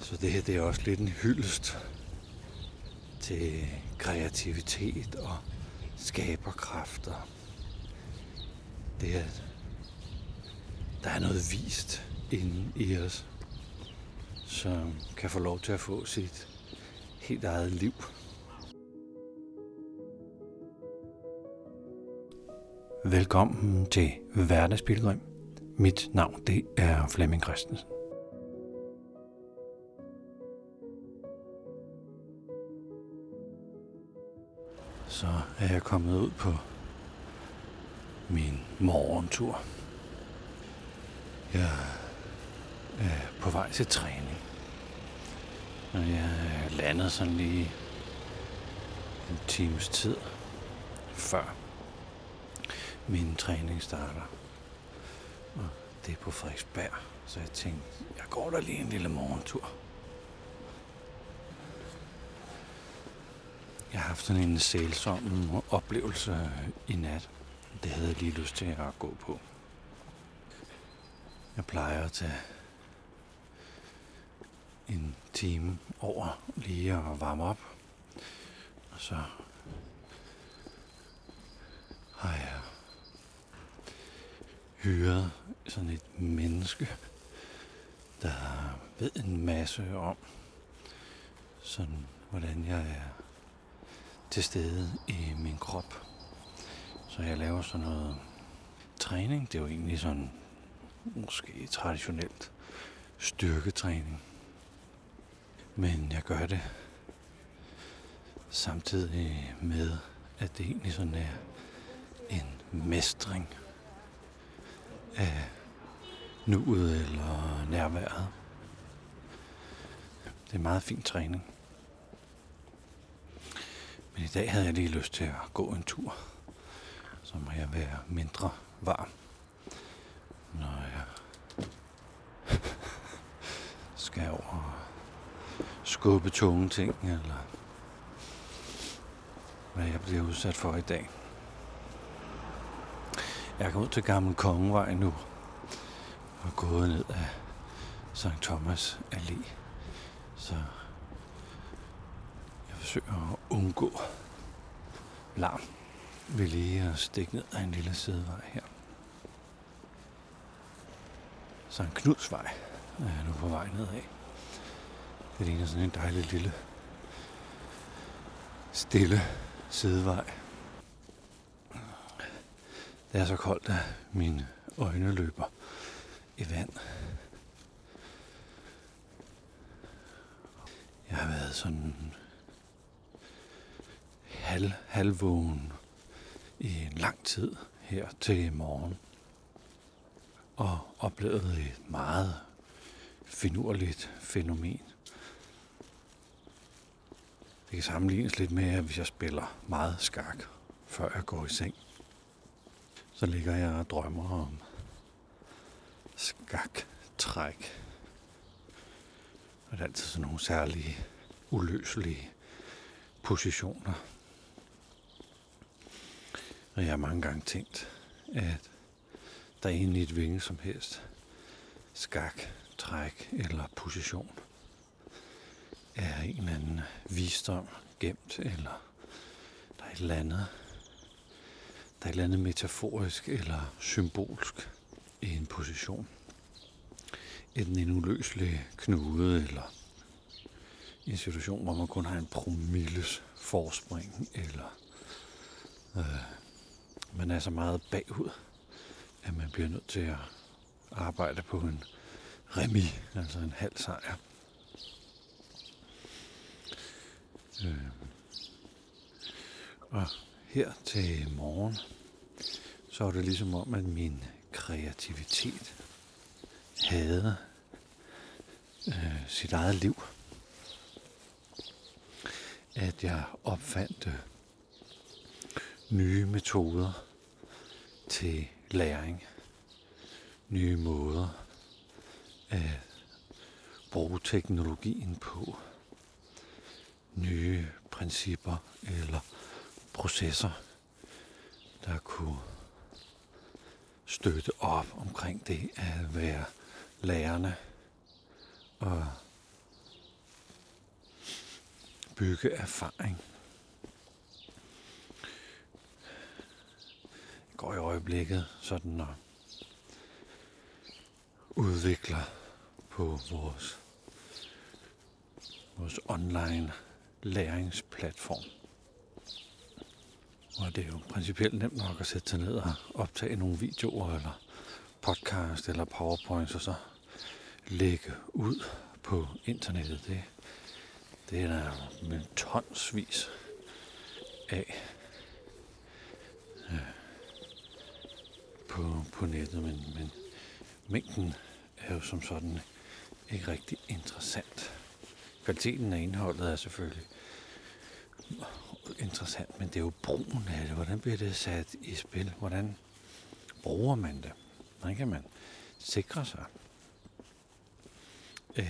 Så det her, det er også lidt en hyldest til kreativitet og skaberkræfter. Det er, der er noget vist inde i os, som kan få lov til at få sit helt eget liv. Velkommen til Hverdagspilgrim. Mit navn, det er Flemming Christensen. Så er jeg kommet ud på min morgentur. Jeg er på vej til træning. Og jeg lander sådan lige en times tid før min træning starter. Og det er på Frederiksberg, så jeg tænkte, jeg går der lige en lille morgentur. Jeg har haft sådan en sælsom oplevelse i nat. Det havde jeg lige lyst til at gå på. Jeg plejer at tage en time over lige at varme op. Og så har jeg hyret sådan et menneske, der ved en masse om, sådan hvordan jeg er til stede i min krop. Så jeg laver sådan noget træning. Det er jo egentlig sådan måske traditionelt styrketræning. Men jeg gør det samtidig med, at det egentlig sådan er en mestring af nuet eller nærværet. Det er en meget fin træning. Men i dag havde jeg lige lyst til at gå en tur. Så må jeg være mindre varm, når jeg skal over og skubbe tunge ting, eller hvad jeg bliver udsat for i dag. Jeg er gået ud til Gammel Kongevej nu og gået ned af Sankt Thomas Allé. Så jeg forsøger at undgå larm ved lige at stikke ned ad en lille sidevej her. Sankt Knudsvej er jeg nu på vej nedad. Det ligner sådan en dejlig lille stille sidevej. Det er så koldt, at mine øjne løber i vand. Jeg har været sådan halvvågen i en lang tid her til morgen. Og oplevet et meget finurligt fænomen. Det kan sammenlignes lidt med, at hvis jeg spiller meget skak, før jeg går i seng, så ligger jeg og drømmer om skaktræk. Og det er altid sådan nogle særlige, uløselige positioner. Og jeg har mange gange tænkt, at der er egentlig et hvilket som helst skaktræk eller position er en eller anden visdom gemt, eller der er et eller andet, der er et eller andet metaforisk eller symbolsk i en position. Enten en uløselig knude, eller en situation, hvor man kun har en promilles forspring, eller man er så meget bagud, at man bliver nødt til at arbejde på en remis, altså en halv sejr. Og her til morgen, så var det ligesom om, at min kreativitet havde sit eget liv. At jeg opfandt nye metoder til læring. Nye måder at bruge teknologien på. Nye principper eller processer, der kunne støtte op omkring det at være lærerne og bygge erfaring. Jeg går i øjeblikket sådan og udvikler på vores online læringsplatform. Og det er jo principielt nemt nok at sætte sig ned og optage nogle videoer eller podcast eller powerpoints og så lægge ud på internettet. Det er der med tonsvis af på nettet, men mængden er jo som sådan ikke rigtig interessant. Kvaliteten af indholdet er selvfølgelig interessant, men det er jo brugen af det. Hvordan bliver det sat i spil? Hvordan bruger man det? Hvordan kan man sikre sig, at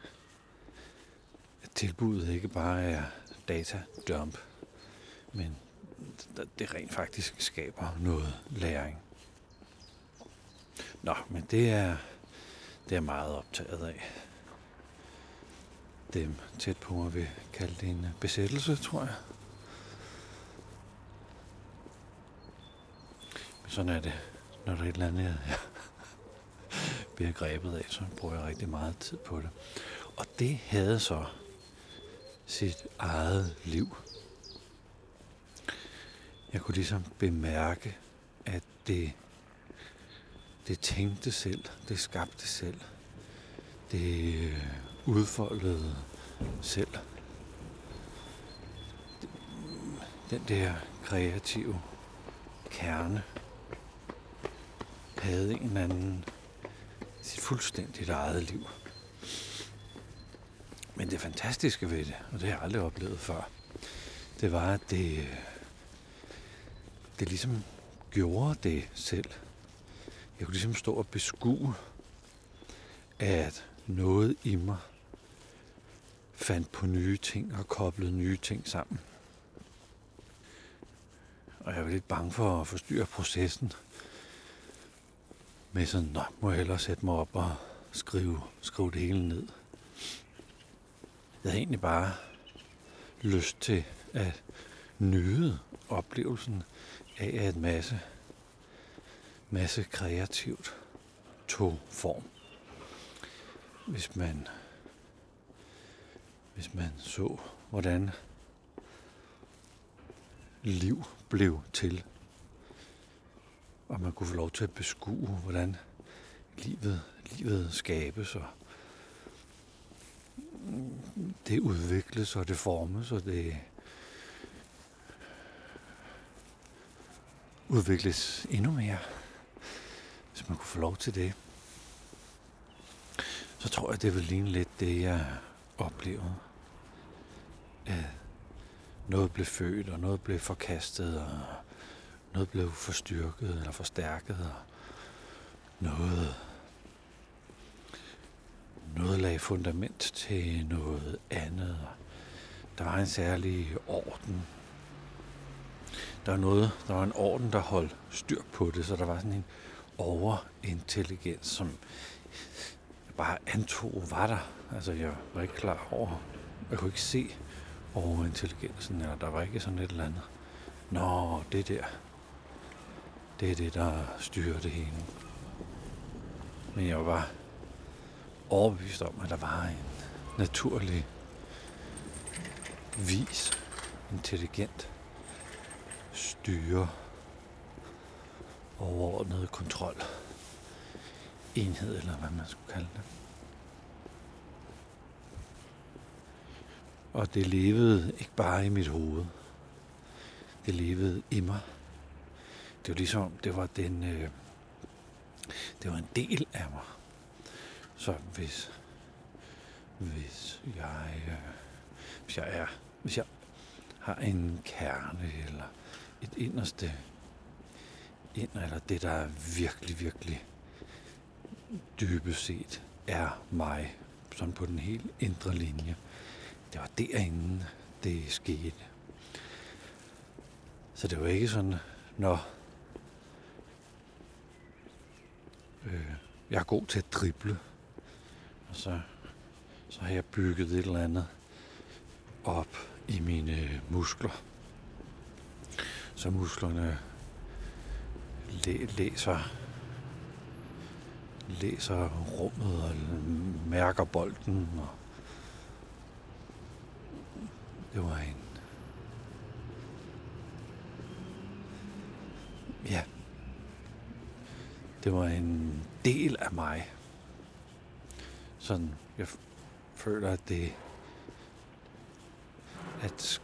tilbuddet ikke bare er data dump, men det rent faktisk skaber noget læring. Nå, men det er meget optaget af. Dem tæt på mig vil kalde det en besættelse, tror jeg. Men sådan er det, når der er et eller andet, jeg bliver grebet af, så bruger jeg rigtig meget tid på det. Og det havde så sit eget liv. Jeg kunne ligesom bemærke, at det tænkte selv, det skabte selv, det udfoldede selv. Den der kreative kerne havde en eller anden sit fuldstændigt eget liv. Men det fantastiske ved det, og det har jeg aldrig oplevet før, det var, at det ligesom gjorde det selv. Jeg kunne ligesom stå og beskue, at noget i mig fandt på nye ting og koblede nye ting sammen. Og jeg var lidt bange for at forstyrre processen med sådan, må jeg hellere sætte mig op og skrive det hele ned. Jeg havde egentlig bare lyst til at nyde oplevelsen af, at en masse kreativt tog form. Hvis man så, hvordan liv blev til, og man kunne få lov til at beskue, hvordan livet skabes, og det udvikles, og det formes, og det udvikles endnu mere. Hvis man kunne få lov til det, så tror jeg, det vil ligne lidt det, jeg oplevede. At noget blev født, og noget blev forkastet, og noget blev forstyrket eller forstærket, og noget lagde fundament til noget andet. Der var en særlig orden. Der var en orden, der holdt styr på det, så der var sådan en overintelligens, som jeg bare antog var der. Altså, jeg var ikke klar over, jeg kunne ikke se overintelligensen, eller der var ikke sådan et eller andet. Nå, det er det, der styrer det hele. Men jeg var overbevist om, at der var en naturlig, vis, intelligent styre, overordnet kontrol, enhed, eller hvad man skulle kalde det. Og det levede ikke bare i mit hoved. Det levede i mig. Det var ligesom, det var en del af mig. Så hvis jeg har en kerne, eller et inderste eller det, der virkelig, virkelig dybest set er mig, sådan på den helt indre linje. Det var derinde, det skete. Så det var ikke sådan, når jeg er god til at drible, og så har jeg bygget et eller andet op i mine muskler. Så musklerne læser rummet og mærker bolden. Og det var det var en del af mig. Sådan, jeg føler, at at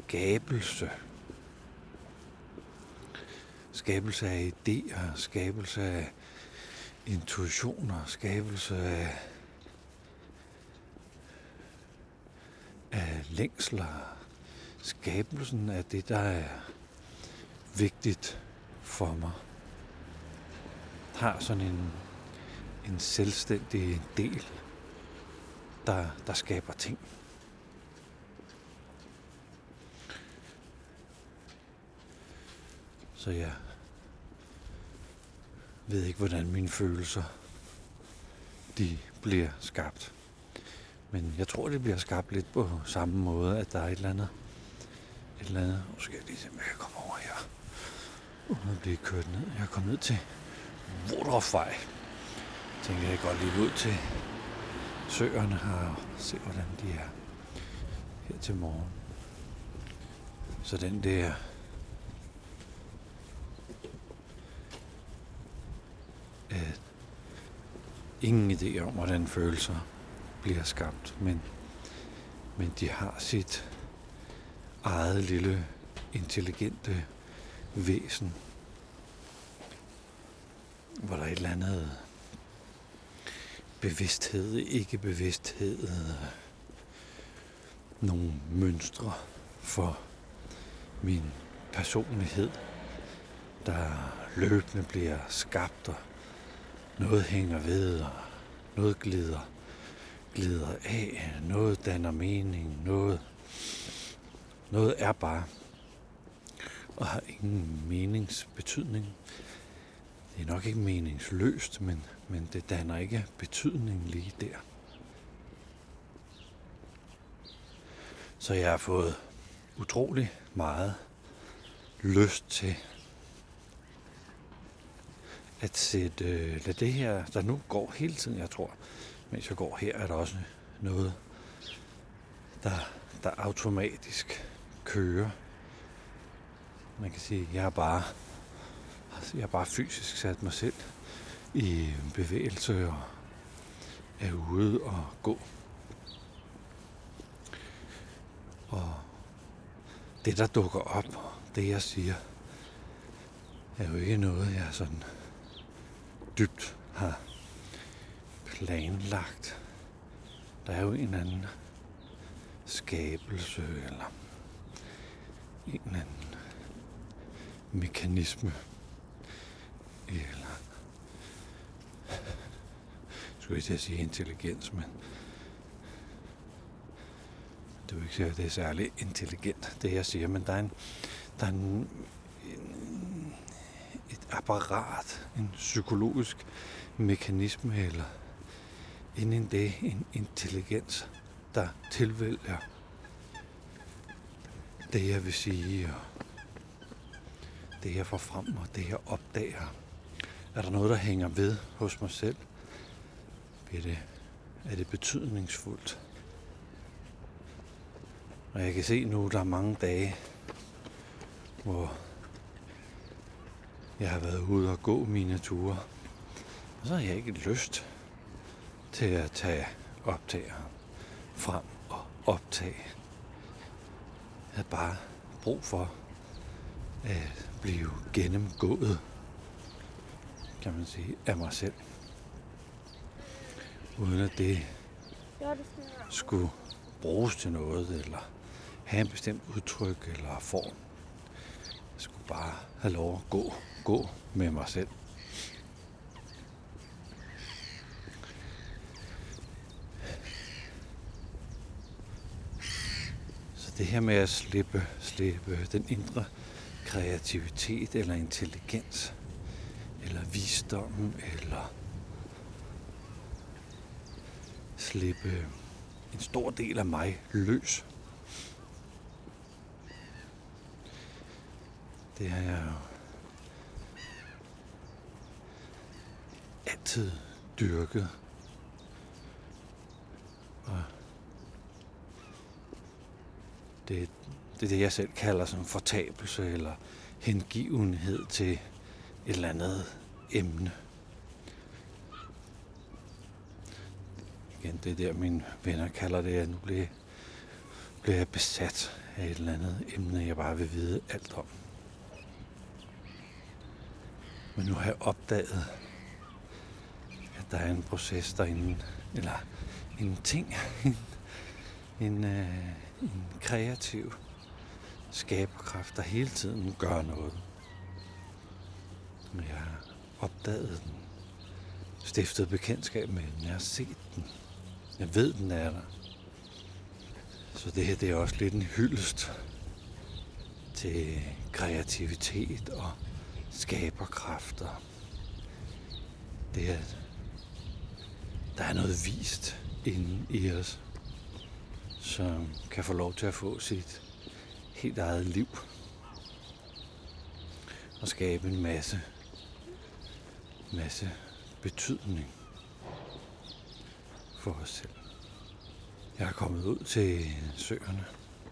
skabelse af idéer, skabelse af intuitioner, skabelse af længsler, skabelsen af det, der er vigtigt for mig, har sådan en selvstændig del, der skaber ting. Så jeg ved ikke, hvordan mine følelser de bliver skabt. Men jeg tror, det bliver skabt lidt på samme måde, at der er et eller andet. Nu skal jeg lige se, om jeg kan komme over her, uden at blive kørt ned. Jeg er kommet ned til Vodrofvej. Tænker jeg godt lige ud til søerne her og se, hvordan de er her til morgen. Så den der ingen idé om, hvordan følelser bliver skabt, men de har sit eget lille intelligente væsen, hvor der er et eller andet bevidsthed, ikke bevidsthed, nogle mønstre for min personlighed, der løbende bliver skabt, og noget hænger ved, og noget glider af, noget danner mening, noget er bare, og har ingen meningsbetydning. Det er nok ikke meningsløst, men det danner ikke betydning lige der. Så jeg har fået utrolig meget lyst til at lade det her, der nu går hele tiden, jeg tror, mens jeg går her, er der også noget, der automatisk kører. Man kan sige, at jeg har bare fysisk sat mig selv i bevægelse og er ude og gå. Og det, der dukker op, det jeg siger, er jo ikke noget, jeg sådan dybt har planlagt. Der er jo en eller anden skabelse eller en eller anden mekanisme eller skulle jeg til at sige intelligens, men det er jo ikke sikkert, at det er særlig intelligent, det jeg siger, men der er et apparat, en psykologisk mekanisme, eller inden det en intelligens, der tilvælger det, jeg vil sige, og det, jeg får frem, og det, jeg opdager. Er der noget, der hænger ved hos mig selv? Er det betydningsfuldt? Og jeg kan se nu, der er mange dage, hvor jeg har været ude og gå mine ture. Og så har jeg ikke lyst til at tage optageren frem og optage. Jeg har bare brug for at blive gennemgået, kan man sige, af mig selv. Uden at det skulle bruges til noget, eller have en bestemt udtryk eller form. Jeg skulle bare have lov at gå med mig selv. Så det her med at slippe den indre kreativitet eller intelligens eller visdommen eller slippe en stor del af mig løs. Det har jeg jo altid dyrket. Og det er det, jeg selv kalder som fortabelse eller hengivenhed til et eller andet emne. Igen, det er der, mine venner kalder det, at nu bliver jeg besat af et eller andet emne, jeg bare vil vide alt om. Men nu har jeg opdaget, at der er en proces derinde, eller en ting, en kreativ skaberkraft, der hele tiden gør noget. Når jeg har opdaget den, stiftet bekendtskab med den, jeg har set den, jeg ved, den er der. Så det her, det er også lidt en hyldest til kreativitet og skaberkræfter. Det er, der er noget vist inde i os, som kan få lov til at få sit helt eget liv og skabe en masse betydning for os selv. Jeg er kommet ud til søerne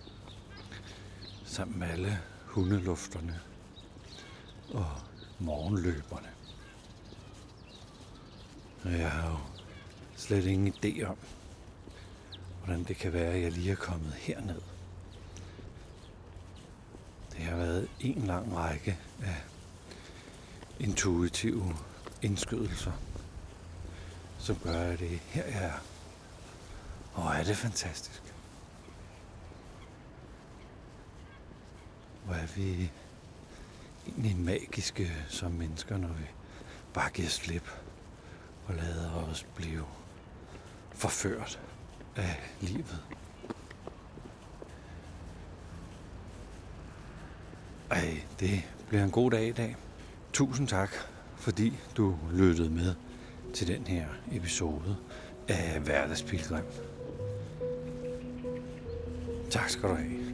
sammen med alle hundelufterne og morgenløberne. Og jeg har jo slet ingen idé om, hvordan det kan være, at jeg lige er kommet herned. Det har været en lang række af intuitive indskydelser, som gør, at det her jeg er. Og er det fantastisk. Hvor er vi egentlig magiske som mennesker, når vi bare giver slip og lader os blive forført af livet. Ej, det bliver en god dag i dag. Tusind tak, fordi du lyttede med til den her episode af Hverdagspilgrim. Tak skal du have.